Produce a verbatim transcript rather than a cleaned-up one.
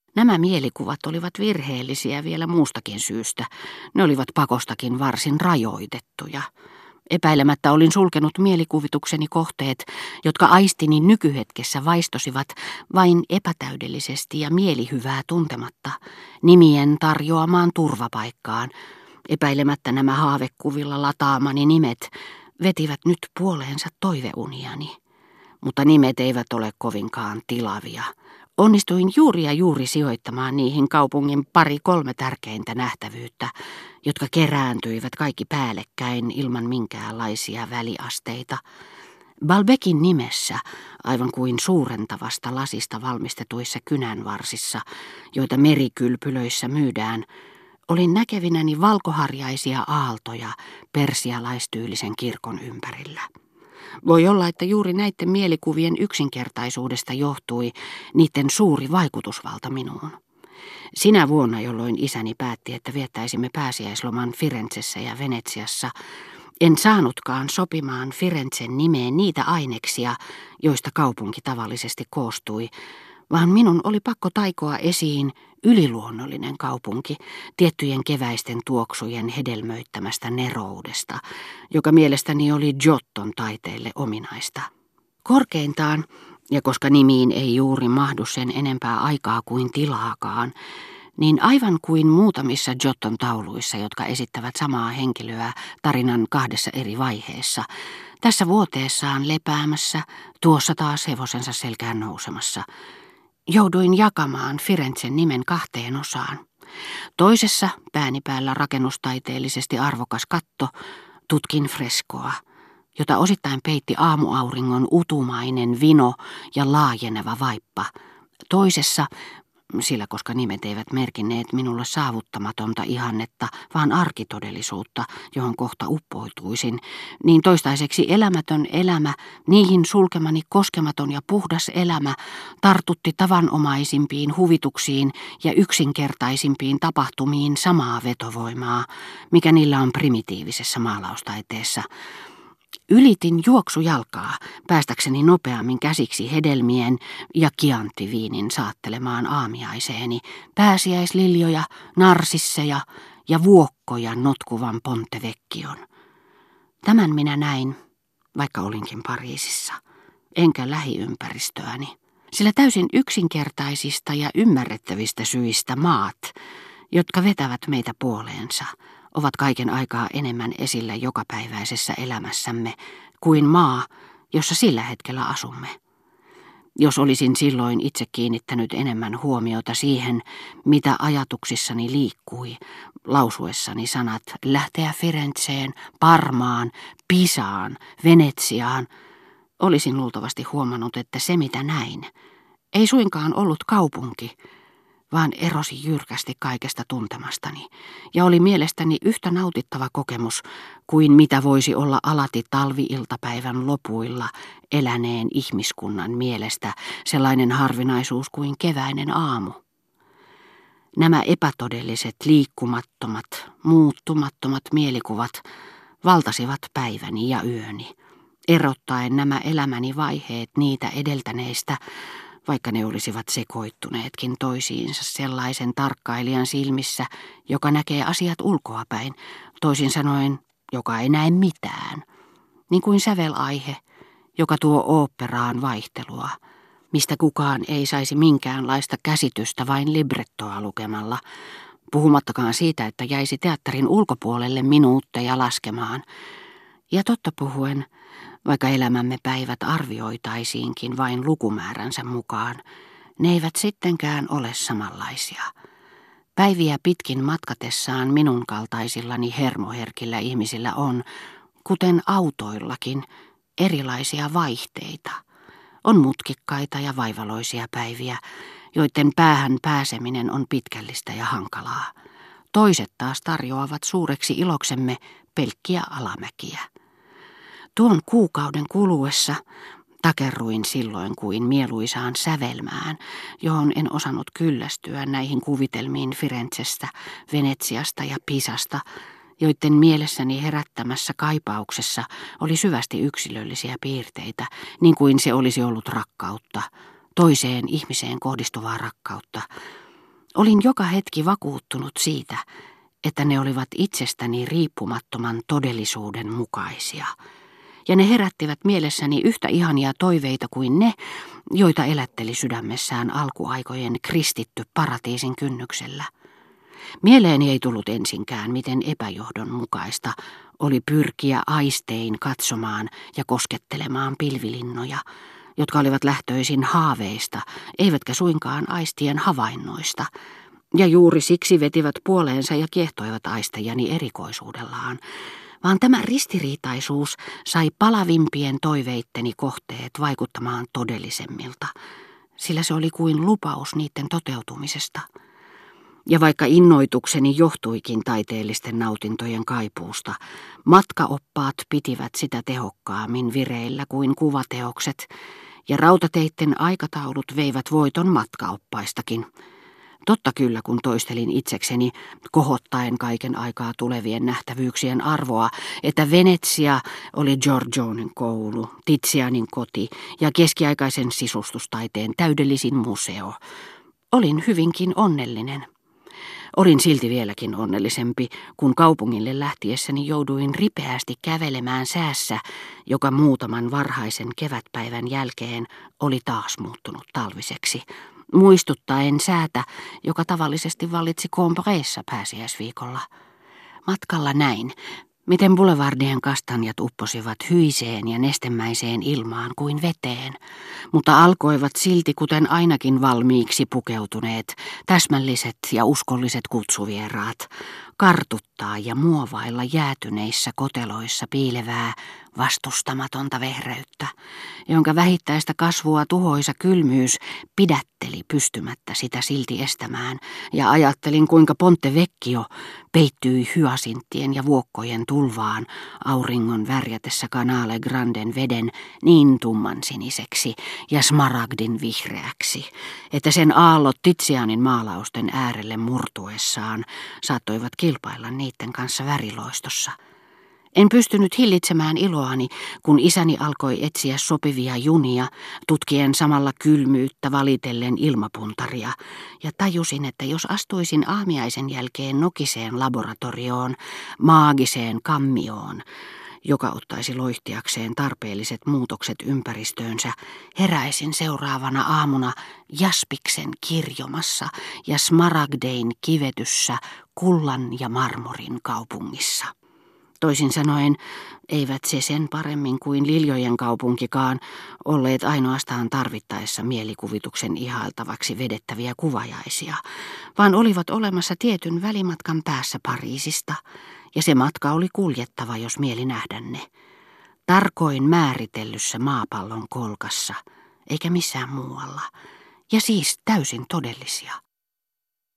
Nämä mielikuvat olivat virheellisiä vielä muustakin syystä. Ne olivat pakostakin varsin rajoitettuja. Epäilemättä olin sulkenut mielikuvitukseni kohteet, jotka aistini nykyhetkessä vaistosivat vain epätäydellisesti ja mielihyvää tuntematta, nimien tarjoamaan turvapaikkaan. Epäilemättä nämä haavekuvilla lataamani nimet vetivät nyt puoleensa toiveuniani. Mutta nimet eivät ole kovinkaan tilavia. Onnistuin juuri ja juuri sijoittamaan niihin kaupungin pari kolme tärkeintä nähtävyyttä, jotka kerääntyivät kaikki päällekkäin ilman minkäänlaisia väliasteita. Balbekin nimessä, aivan kuin suurentavasta lasista valmistetuissa kynänvarsissa, joita merikylpylöissä myydään, olin näkevinäni valkoharjaisia aaltoja persialaistyylisen kirkon ympärillä. Voi olla, että juuri näiden mielikuvien yksinkertaisuudesta johtui niiden suuri vaikutusvalta minuun. Sinä vuonna, jolloin isäni päätti, että viettäisimme pääsiäisloman Firenzessä ja Venetsiassa, en saanutkaan sopimaan Firenzen nimeen niitä aineksia, joista kaupunki tavallisesti koostui, vaan minun oli pakko taikoa esiin yliluonnollinen kaupunki tiettyjen keväisten tuoksujen hedelmöittämästä neroudesta, joka mielestäni oli Giotton taiteelle ominaista. Korkeintaan, ja koska nimiin ei juuri mahdu sen enempää aikaa kuin tilaakaan, niin aivan kuin muutamissa Giotton tauluissa, jotka esittävät samaa henkilöä tarinan kahdessa eri vaiheessa, tässä vuoteessaan lepäämässä, tuossa taas hevosensa selkään nousemassa, jouduin jakamaan Firenzen nimen kahteen osaan. Toisessa, pääni päällä rakennustaiteellisesti arvokas katto, tutkin freskoa, jota osittain peitti aamuauringon utumainen vino ja laajeneva vaippa. Toisessa, sillä koska nimet eivät merkinneet minulle saavuttamatonta ihannetta, vaan arkitodellisuutta, johon kohta uppoituisin, niin toistaiseksi elämätön elämä, niihin sulkemani koskematon ja puhdas elämä, tartutti tavanomaisimpiin huvituksiin ja yksinkertaisimpiin tapahtumiin samaa vetovoimaa, mikä niillä on primitiivisessä maalaustaiteessa. Ylitin juoksujalkaa päästäkseni nopeammin käsiksi hedelmien ja kianttiviinin saattelemaan aamiaiseeni, pääsiäisliljoja, narsisseja ja vuokkoja notkuvan Pontevecchion. Tämän minä näin, vaikka olinkin Pariisissa, enkä lähiympäristöäni, sillä täysin yksinkertaisista ja ymmärrettävistä syistä maat, jotka vetävät meitä puoleensa, ovat kaiken aikaa enemmän esillä jokapäiväisessä elämässämme kuin maa, jossa sillä hetkellä asumme. Jos olisin silloin itse kiinnittänyt enemmän huomiota siihen, mitä ajatuksissani liikkui, lausuessani sanat lähteä Firenzeen, Parmaan, Pisaan, Venetsiaan, olisin luultavasti huomannut, että se mitä näin ei suinkaan ollut kaupunki, vaan erosi jyrkästi kaikesta tuntemastani, ja oli mielestäni yhtä nautittava kokemus kuin mitä voisi olla alati talvi-iltapäivän lopuilla eläneen ihmiskunnan mielestä sellainen harvinaisuus kuin keväinen aamu. Nämä epätodelliset, liikkumattomat, muuttumattomat mielikuvat valtasivat päiväni ja yöni, erottaen nämä elämäni vaiheet niitä edeltäneistä, vaikka ne olisivat sekoittuneetkin toisiinsa sellaisen tarkkailijan silmissä, joka näkee asiat ulkoapäin, toisin sanoen, joka ei näe mitään, niin kuin sävelaihe, joka tuo oopperaan vaihtelua, mistä kukaan ei saisi minkäänlaista käsitystä vain librettoa lukemalla, puhumattakaan siitä, että jäisi teatterin ulkopuolelle minuutteja laskemaan. Ja totta puhuen, vaikka elämämme päivät arvioitaisiinkin vain lukumääränsä mukaan, ne eivät sittenkään ole samanlaisia. Päiviä pitkin matkatessaan minun kaltaisillani hermoherkillä ihmisillä on, kuten autoillakin, erilaisia vaihteita. On mutkikkaita ja vaivaloisia päiviä, joiden päähän pääseminen on pitkällistä ja hankalaa. Toiset taas tarjoavat suureksi iloksemme pelkkiä alamäkiä. Tuon kuukauden kuluessa takerruin silloin kuin mieluisaan sävelmään, johon en osannut kyllästyä näihin kuvitelmiin Firenzestä, Venetsiasta ja Pisasta, joiden mielessäni herättämässä kaipauksessa oli syvästi yksilöllisiä piirteitä, niin kuin se olisi ollut rakkautta, toiseen ihmiseen kohdistuvaa rakkautta, Olin joka hetki vakuuttunut siitä, että ne olivat itsestäni riippumattoman todellisuuden mukaisia, ja ne herättivät mielessäni yhtä ihania toiveita kuin ne, joita elätteli sydämessään alkuaikojen kristitty paratiisin kynnyksellä. Mieleeni ei tullut ensinkään, miten epäjohdonmukaista oli pyrkiä aistein katsomaan ja koskettelemaan pilvilinnoja, jotka olivat lähtöisin haaveista, eivätkä suinkaan aistien havainnoista, ja juuri siksi vetivät puoleensa ja kiehtoivat aistejani erikoisuudellaan, vaan tämä ristiriitaisuus sai palavimpien toiveitteni kohteet vaikuttamaan todellisemmilta, sillä se oli kuin lupaus niiden toteutumisesta. Ja vaikka innoitukseni johtuikin taiteellisten nautintojen kaipuusta, matkaoppaat pitivät sitä tehokkaammin vireillä kuin kuvateokset, ja rautateitten aikataulut veivät voiton matkaoppaistakin. Totta kyllä, kun toistelin itsekseni, kohottaen kaiken aikaa tulevien nähtävyyksien arvoa, että Venetsia oli Giorgionen koulu, Tizianin koti ja keskiaikaisen sisustustaiteen täydellisin museo. Olin hyvinkin onnellinen. Olin silti vieläkin onnellisempi, kun kaupungille lähtiessäni jouduin ripeästi kävelemään säässä, joka muutaman varhaisen kevätpäivän jälkeen oli taas muuttunut talviseksi, muistuttaen säätä, joka tavallisesti vallitsi Combrayssa pääsiäisviikolla. Matkalla näin, miten boulevardien kastanjat upposivat hyiseen ja nestemäiseen ilmaan kuin veteen, mutta alkoivat silti kuten ainakin valmiiksi pukeutuneet, täsmälliset ja uskolliset kutsuvieraat, kartuttaa ja muovailla jäätyneissä koteloissa piilevää vastustamatonta vehreyttä, jonka vähittäistä kasvua tuhoisa kylmyys pidätteli pystymättä sitä silti estämään, ja ajattelin kuinka Ponte Vecchio peittyi hyasinttien ja vuokkojen tulvaan auringon värjätessä Canale Granden veden niin tummansiniseksi ja smaragdin vihreäksi, että sen aallot Tizianin maalausten äärelle murtuessaan saattoivat kilpailla niiden kanssa väriloistossa. En pystynyt hillitsemään iloani, kun isäni alkoi etsiä sopivia junia, tutkien samalla kylmyyttä valitellen ilmapuntaria, ja tajusin, että jos astuisin aamiaisen jälkeen nokiseen laboratorioon, maagiseen kammioon, joka ottaisi loihtiakseen tarpeelliset muutokset ympäristöönsä, heräisin seuraavana aamuna jaspiksen kirjomassa ja smaragdein kivetyssä kullan ja marmorin kaupungissa. Toisin sanoen, eivät se sen paremmin kuin liljojen kaupunkikaan olleet ainoastaan tarvittaessa mielikuvituksen ihailtavaksi vedettäviä kuvajaisia, vaan olivat olemassa tietyn välimatkan päässä Pariisista, ja se matka oli kuljettava, jos mieli nähdä ne. Tarkoin määritellyssä maapallon kolkassa, eikä missään muualla, ja siis täysin todellisia.